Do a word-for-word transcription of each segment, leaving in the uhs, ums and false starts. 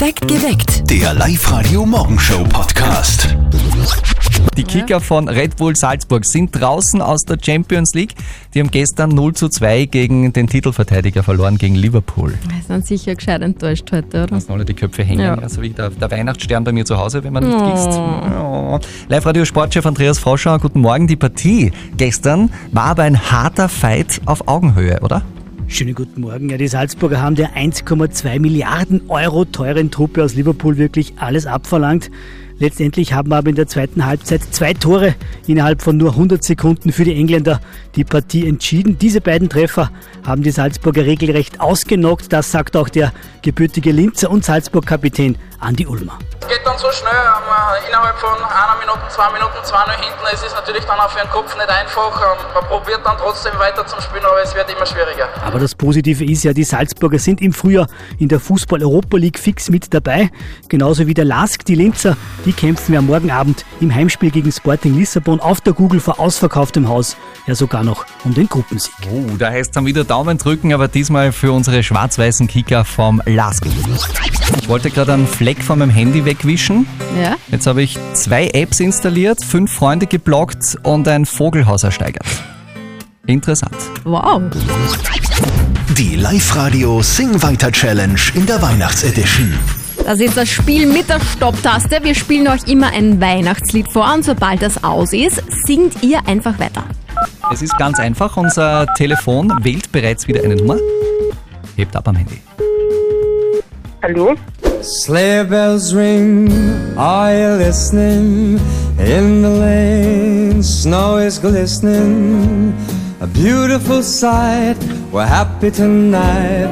Perfekt geweckt. Der Live-Radio-Morgenshow-Podcast. Die Kicker von Red Bull Salzburg sind draußen aus der Champions League. Die haben gestern null zu zwei gegen den Titelverteidiger verloren, gegen Liverpool. Die sind sicher gescheit enttäuscht heute, oder? Da lassen alle die Köpfe hängen, Ja. also wie der, der Weihnachtsstern bei mir zu Hause, wenn man nicht Oh. isst. Oh. Live-Radio-Sportchef Andreas Froschauer, guten Morgen. Die Partie gestern war aber ein harter Fight auf Augenhöhe, oder? Schönen guten Morgen. Ja, die Salzburger haben der eins Komma zwei Milliarden Euro teuren Truppe aus Liverpool wirklich alles abverlangt. Letztendlich haben aber in der zweiten Halbzeit zwei Tore innerhalb von nur hundert Sekunden für die Engländer die Partie entschieden. Diese beiden Treffer haben die Salzburger regelrecht ausgenockt. Das sagt auch der gebürtige Linzer und Salzburg-Kapitän Andi Ullmer. Es geht dann so schnell, ähm, innerhalb von einer Minute, zwei Minuten, zwei null hinten. Es ist natürlich dann auch für den Kopf nicht einfach. Ähm, man probiert dann trotzdem weiter zum Spielen, aber es wird immer schwieriger. Aber das Positive ist ja, die Salzburger sind im Frühjahr in der Fußball-Europa League fix mit dabei. Genauso wie der Lask, die Linzer, die kämpfen ja morgen Abend im Heimspiel gegen Sporting Lissabon auf der Google vor ausverkauftem Haus ja sogar noch um den Gruppensieg. Oh, da heißt es dann wieder Daumen drücken, aber diesmal für unsere schwarz-weißen Kicker vom Lask. Ich wollte gerade einen Fleck von meinem Handy wegwischen. Ja? Jetzt habe ich zwei Apps installiert, fünf Freunde geblockt und ein Vogelhaus ersteigert. Interessant. Wow. Die Live-Radio Sing-Weiter-Challenge in der Weihnachtsedition. Das ist das Spiel mit der Stopptaste. Wir spielen euch immer ein Weihnachtslied vor und sobald das aus ist, singt ihr einfach weiter. Es ist ganz einfach, unser Telefon wählt bereits wieder eine Nummer. Hebt ab am Handy. Hallo? Sleigh bells ring, are you listening? In the lane, snow is glistening. A beautiful sight, we're happy tonight.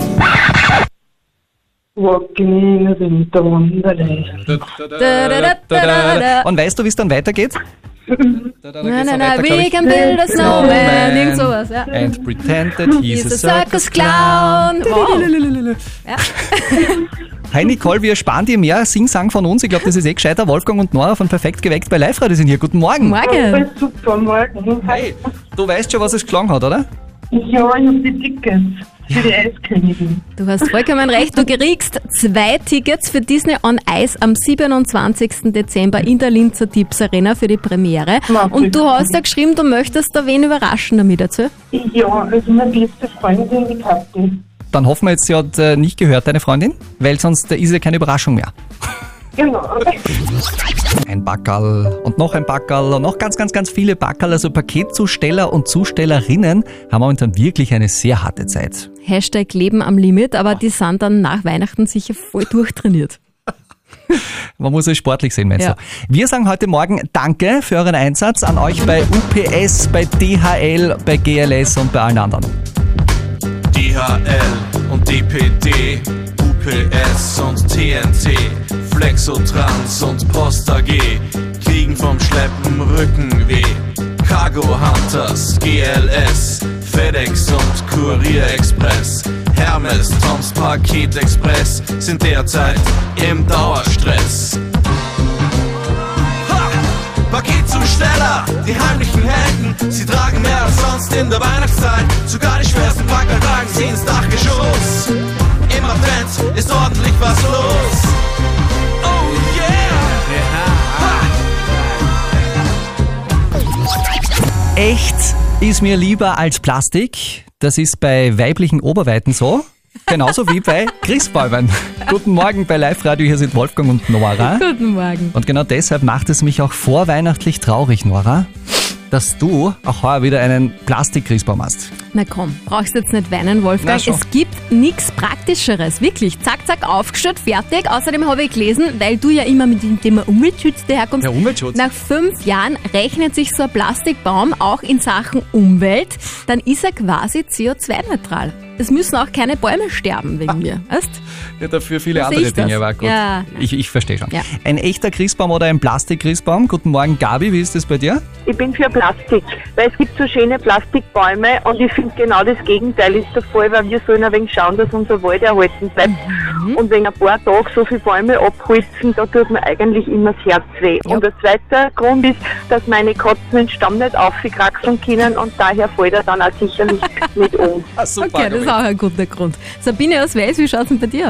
Walking in a winter wonderland. Da, da, da, da, da. Und weißt du, wie es dann weitergeht? Nein, nein, nein, we can build a snowman. Irgend sowas, ja. And pretend that he's He's a a circus circus clown. Wow. Ja. Hi Nicole, wir sparen dir mehr Sing-Sang von uns. Ich glaube, das ist eh gescheiter. Wolfgang und Nora von Perfekt geweckt bei Live-Radio sind hier. Guten Morgen. Morgen. Super, morgen. Hey, du weißt schon, was es geschlagen hat, oder? Ja, ich habe die Tickets für die Eiskönigin. Du hast vollkommen recht. Du kriegst zwei Tickets für Disney on Ice am siebenundzwanzigsten Dezember in der Linzer Tipps Arena für die Premiere. Und du hast ja geschrieben, du möchtest da wen überraschen damit dazu. Ja, also meine beste Freundin, die Kathi. Dann hoffen wir jetzt, sie hat äh, nicht gehört, deine Freundin, weil sonst äh, ist ja keine Überraschung mehr. Genau. Ein Backerl und noch ein Backerl und noch ganz, ganz, ganz viele Backerl. Also Paketzusteller und Zustellerinnen haben momentan wirklich eine sehr harte Zeit. Hashtag Leben am Limit, aber die sind dann nach Weihnachten sicher voll durchtrainiert. Man muss es sportlich sehen, meinst Ja. du? Wir sagen heute Morgen Danke für euren Einsatz an euch bei U P S, bei D H L, bei G L S und bei allen anderen. D H L und D P D, U P S und T N T, Flexotrans und Post A G, kriegen vom Schleppen Rückenweh. Cargo Hunters, G L S, FedEx und Kurier Express, Hermes, Toms Paket Express sind derzeit im Dauerstress. Ha! Paketzusteller, die heimlichen Helden, sie tragen mehr als sonst in der Weihnachtszeit. Sogar die schwersten Packer tragen sie ins Dachgeschoss. Im Advent ist ordentlich was los. Oh yeah! Echt ist mir lieber als Plastik. Das ist bei weiblichen Oberweiten so. Genauso wie bei Christbäumen. Guten Morgen bei Live-Radio, hier sind Wolfgang und Nora. Guten Morgen. Und genau deshalb macht es mich auch vorweihnachtlich traurig, Nora, dass du auch heuer wieder einen Plastik-Christbaum hast. Na komm, brauchst jetzt nicht weinen, Wolfgang. Na schon. Es gibt nichts Praktischeres. Wirklich. Zack, zack, aufgestellt, fertig. Außerdem habe ich gelesen, weil du ja immer mit dem Thema Umweltschutz daherkommst. Ja, Umweltschutz. Nach fünf Jahren rechnet sich so ein Plastikbaum auch in Sachen Umwelt. Dann ist er quasi C O zwei neutral. Es müssen auch keine Bäume sterben wegen mir. Weißt? Ja, dafür viele So andere sehe ich das. Dinge, aber gut. Ja. Ich, ich verstehe schon. Ja. Ein echter Christbaum oder ein Plastik-Christbaum? Guten Morgen, Gabi, wie ist das bei dir? Ich bin für Plastik, weil es gibt so schöne Plastikbäume und ich finde genau das Gegenteil ist der Fall, weil wir sollen ein wenig schauen, dass unser Wald erhalten bleibt. Mhm. Und wenn ein paar Tage so viele Bäume abholzen, da tut mir eigentlich immer das Herz weh. Ja. Und der zweite Grund ist, dass meine Katzen den Stamm nicht aufkraxeln können und daher fällt er dann auch sicherlich nicht um. Ah, super, Okay, das ist auch ein guter Grund. Sabine aus Wels, wie schaut es denn bei dir aus?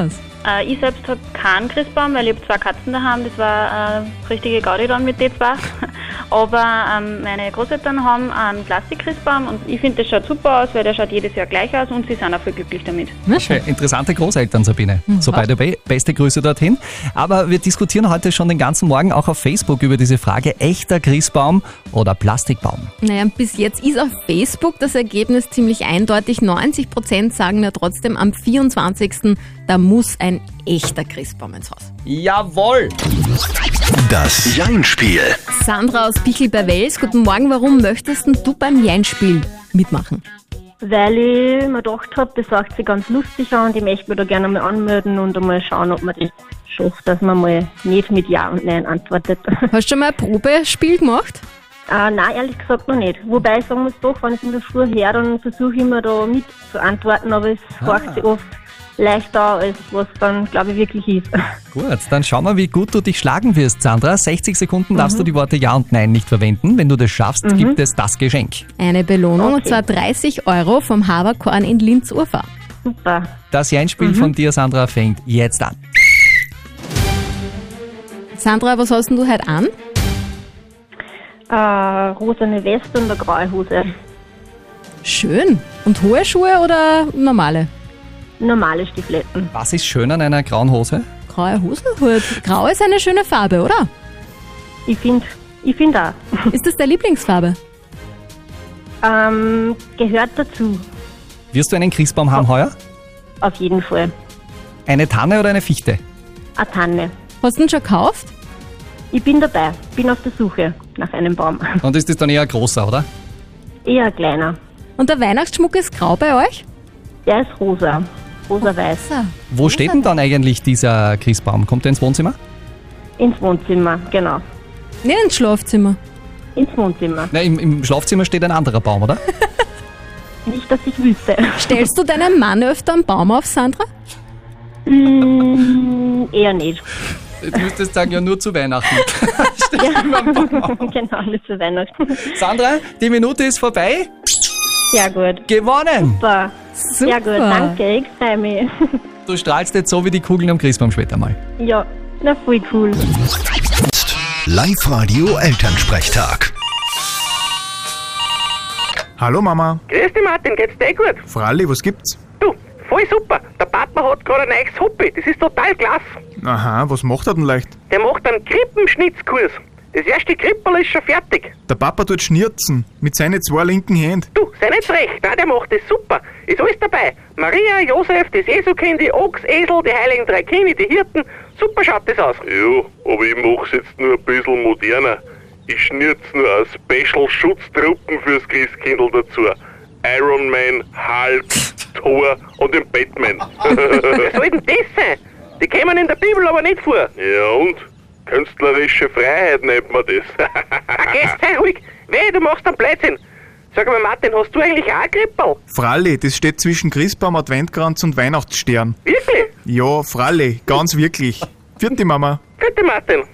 Äh, ich selbst habe keinen Christbaum, weil ich habe zwei Katzen daheim. Das war eine richtige Gaudi dann mit den zwei. Aber ähm, meine Großeltern haben einen Plastik-Christbaum und ich finde, das schaut super aus, weil der schaut jedes Jahr gleich aus und sie sind auch voll glücklich damit. Okay, interessante Großeltern, Sabine. Mhm. So, by the way, beste Grüße dorthin. Aber wir diskutieren heute schon den ganzen Morgen auch auf Facebook über diese Frage, echter Christbaum oder Plastikbaum. Naja, bis jetzt ist auf Facebook das Ergebnis ziemlich eindeutig. neunzig Prozent sagen ja trotzdem, am vierundzwanzigsten da muss ein echter Christbaum ins Haus. Jawohl! Das Jein-Spiel. Sandra aus Bichl bei Wels, guten Morgen. Warum möchtest denn du beim Jein-Spiel mitmachen? Weil ich mir gedacht habe, das sagt sich ganz lustig an und ich möchte mich da gerne mal anmelden und einmal schauen, ob man das schafft, dass man mal nicht mit Ja und Nein antwortet. Hast du schon mal ein Probespiel gemacht? Äh, nein, ehrlich gesagt noch nicht. Wobei ich sagen muss doch, wenn ich in der Früh her, dann versuche ich immer da mit zu antworten, aber es Ah. hört sich oft leichter, als was dann, glaube ich, wirklich ist. Gut, dann schauen wir, wie gut du dich schlagen wirst, Sandra. sechzig Sekunden darfst du die Worte Ja und Nein nicht verwenden. Wenn du das schaffst, Mhm. gibt es das Geschenk. Eine Belohnung, und Okay. zwar dreißig Euro vom Haberkorn in Linz-Urfahr. Super. Das Jein-Spiel Mhm. von dir, Sandra, fängt jetzt an. Sandra, was hast denn du heute an? Äh, rosane Weste und eine graue Hose. Schön. Und hohe Schuhe oder normale? Normale Stiefeletten. Was ist schön an einer grauen Hose? Graue Hose? Gut. Grau ist eine schöne Farbe, oder? Ich finde ich find auch. Ist das deine Lieblingsfarbe? Ähm, gehört dazu. Wirst du einen Christbaum haben heuer? Auf jeden Fall. Eine Tanne oder eine Fichte? Eine Tanne. Hast du ihn schon gekauft? Ich bin dabei. Bin auf der Suche nach einem Baum. Und ist das dann eher ein großer, oder? Eher kleiner. Und der Weihnachtsschmuck ist grau bei euch? Der ist rosa. Rosa-weiß. So. Wo steht denn dann eigentlich dieser Christbaum? Kommt der ins Wohnzimmer? Ins Wohnzimmer, genau. Nicht ins Schlafzimmer. Ins Wohnzimmer. Na, im, im Schlafzimmer steht ein anderer Baum, oder? Nicht, dass ich wüsste. Stellst du deinem Mann öfter einen Baum auf, Sandra? Mm, eher nicht. Du müsstest sagen, ja nur zu Weihnachten. Genau, nicht zu Weihnachten. Sandra, die Minute ist vorbei. Sehr gut. Gewonnen! Super. Sehr gut, danke, ich freue mich. Du strahlst jetzt so wie die Kugeln am Christbaum später mal. Ja, na voll cool. Live-Radio Elternsprechtag. Hallo Mama. Grüß dich Martin, geht's dir gut? Fralli, was gibt's? Du, voll super. Der Partner hat gerade ein neues Hobby. Das ist total klasse. Aha, was macht er denn leicht? Der macht einen Krippenschnitzkurs. Das erste Kripperl ist schon fertig. Der Papa tut schnirzen mit seinen zwei linken Händen. Du, sei nicht recht. Nein, der macht das super. Ist alles dabei. Maria, Josef, das Jesukind, die Ochs, Esel, die heiligen drei Kinder, die Hirten. Super schaut das aus. Ja, aber ich mach's jetzt nur ein bisschen moderner. Ich schnürz nur eine Special-Schutztruppen fürs Christkindl dazu. Iron Man, Hulk, Thor und den Batman. Was soll denn das sein? Die kommen in der Bibel aber nicht vor. Ja und? Künstlerische Freiheit nennt man das. Ach, gehst, sei ruhig. Weh, du machst einen Blödsinn. Sag mal, Martin, hast du eigentlich auch ein Kripperl? Fralli, das steht zwischen Christbaum, Adventkranz und Weihnachtsstern. Wirklich? Ja, Fralli, ganz wirklich. Vierte Mama. Bitte, Martin.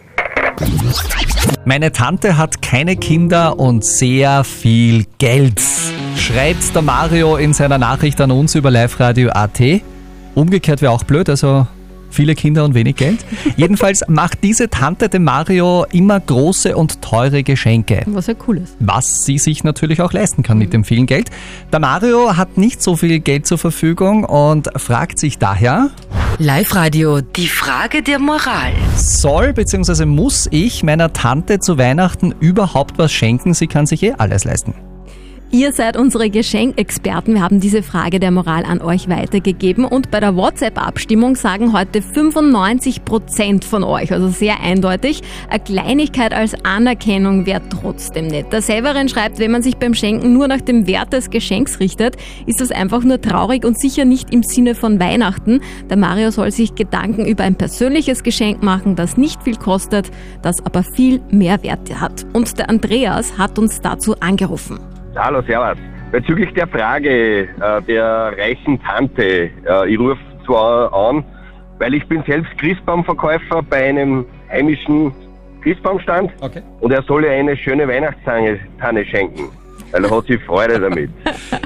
Meine Tante hat keine Kinder und sehr viel Geld. Schreibt der Mario in seiner Nachricht an uns über live radio punkt a t. Umgekehrt wäre auch blöd, also viele Kinder und wenig Geld. Jedenfalls macht diese Tante dem Mario immer große und teure Geschenke. Was ja cool ist. Was sie sich natürlich auch leisten kann mit dem vielen Geld. Der Mario hat nicht so viel Geld zur Verfügung und fragt sich daher: Live-Radio, die Frage der Moral. Soll bzw. muss ich meiner Tante zu Weihnachten überhaupt was schenken? Sie kann sich eh alles leisten. Ihr seid unsere Geschenkexperten. Wir haben diese Frage der Moral an euch weitergegeben und bei der WhatsApp-Abstimmung sagen heute fünfundneunzig Prozent von euch, also sehr eindeutig, eine Kleinigkeit als Anerkennung wäre trotzdem nett. Der Severin schreibt, wenn man sich beim Schenken nur nach dem Wert des Geschenks richtet, ist das einfach nur traurig und sicher nicht im Sinne von Weihnachten. Der Mario soll sich Gedanken über ein persönliches Geschenk machen, das nicht viel kostet, das aber viel mehr Wert hat. Und der Andreas hat uns dazu angerufen. Hallo, servus. Bezüglich der Frage äh, der reichen Tante, äh, ich rufe zwar an, weil ich bin selbst Christbaumverkäufer bei einem heimischen Christbaumstand okay. Und er soll ihr eine schöne Weihnachtstanne Tanne schenken, weil er hat sich Freude damit.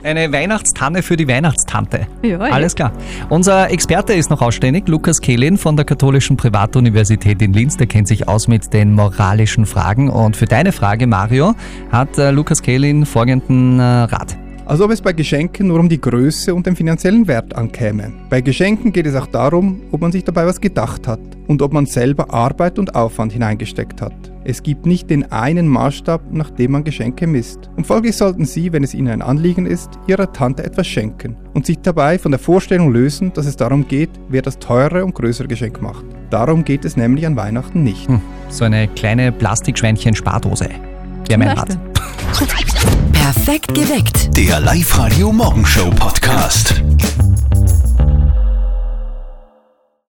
Eine Weihnachtstanne für die Weihnachtstante. Ja, Alles klar. Unser Experte ist noch ausständig, Lukas Kehlin von der Katholischen Privatuniversität in Linz. Der kennt sich aus mit den moralischen Fragen. Und für deine Frage, Mario, hat äh, Lukas Kehlin folgenden äh, Rat. Als ob es bei Geschenken nur um die Größe und den finanziellen Wert ankäme. Bei Geschenken geht es auch darum, ob man sich dabei was gedacht hat und ob man selber Arbeit und Aufwand hineingesteckt hat. Es gibt nicht den einen Maßstab, nach dem man Geschenke misst. Und folglich sollten Sie, wenn es Ihnen ein Anliegen ist, Ihrer Tante etwas schenken und sich dabei von der Vorstellung lösen, dass es darum geht, wer das teure und größere Geschenk macht. Darum geht es nämlich an Weihnachten nicht. Hm, so eine kleine Plastikschweinchen-Spardose. Wäre mein Rat. Perfekt geweckt. Der Live-Radio Morgenshow Podcast.